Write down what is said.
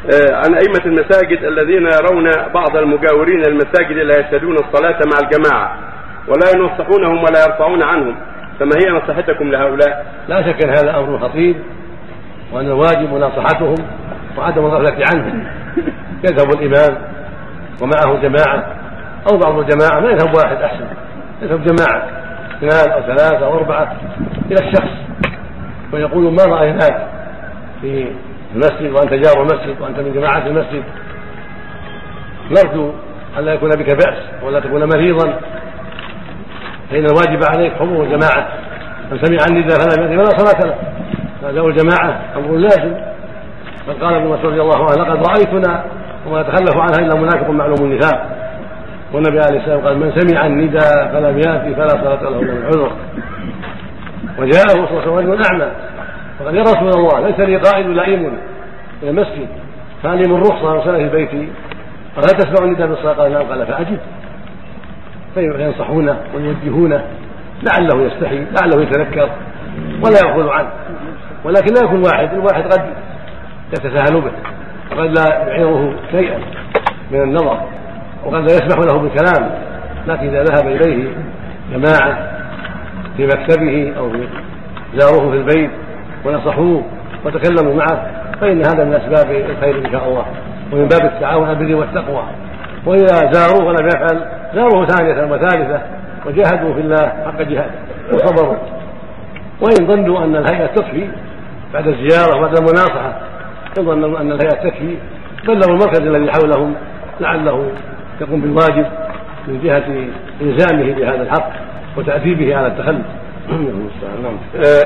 عن أئمة المساجد الذين يرون بعض المجاورين المساجد لا يشهدون الصلاة مع الجماعة ولا ينصحونهم ولا يرفعون عنهم، فما هي نصيحتكم لهؤلاء؟ لا شك أن هذا أمر خطير، وأن الواجب مناصحتهم وعدم الغفلة عنهم. يذهب الإمام ومعه جماعة أو بعض الجماعة، ما يذهب واحد أحسن، يذهب جماعة 2 أو 3 أو 4 إلى الشخص ويقولون ما رأيناك في المسجد وأنت جار المسجد وأنت من جماعة المسجد، نرجو أن لا يكون بك بأس ولا تكون مريضا، فإن الواجب عليك حضور الجماعة. من سمع النداء فلم يأتي فلا صلاة له. فأداء الجماعة أمر لازم. قد قال ابن مسعود رضي الله عنه: لقد رأيتنا وما يتخلف عنها إلا منافق معلوم النفاق. والنبي عليه السلام قال: من سمع النداء فلم يأتي فلا صلاة له إلا بالعذر. وجاءه صلى الله عليه وسلم رجل أعمى فقال: يا رسول الله، ليس لي قائد لئيم إلى المسجد، فهل لي من رخصة وصلى في بيتي؟ قال: هل تسمع النداء بالصلاة؟ قال: نعم. قال: فأجب. فينصحونه ويوجهونه، لعله يستحي، لعله يتذكر ولا يغفل عنه. ولكن لا يكون الواحد قد يتساهل به، وقد لا يعيره شيئا من النظر، وقد لا يسمح له بالكلام. لكن إذا ذهب إليه جماعة في مكتبه أو زاروه في البيت ونصحوه وتكلموا معه، فإن هذا من أسباب الخير إن شاء الله، ومن باب التعاون على البر والتقوى. وإذا زاروه ولم يفعل، زاروه 2 وثالثة وجاهدوا في الله حق جهاده وصبروا. وإن ظنوا أن الهيئة تكفي بعد الزيارة وبعد المناصحة، إن ظنوا أن الهيئة تكفي، بلغوا المركز الذي حولهم لعله يقوم بالواجب من جهة إلزامه بهذا الحق وتأديبه على التخلف.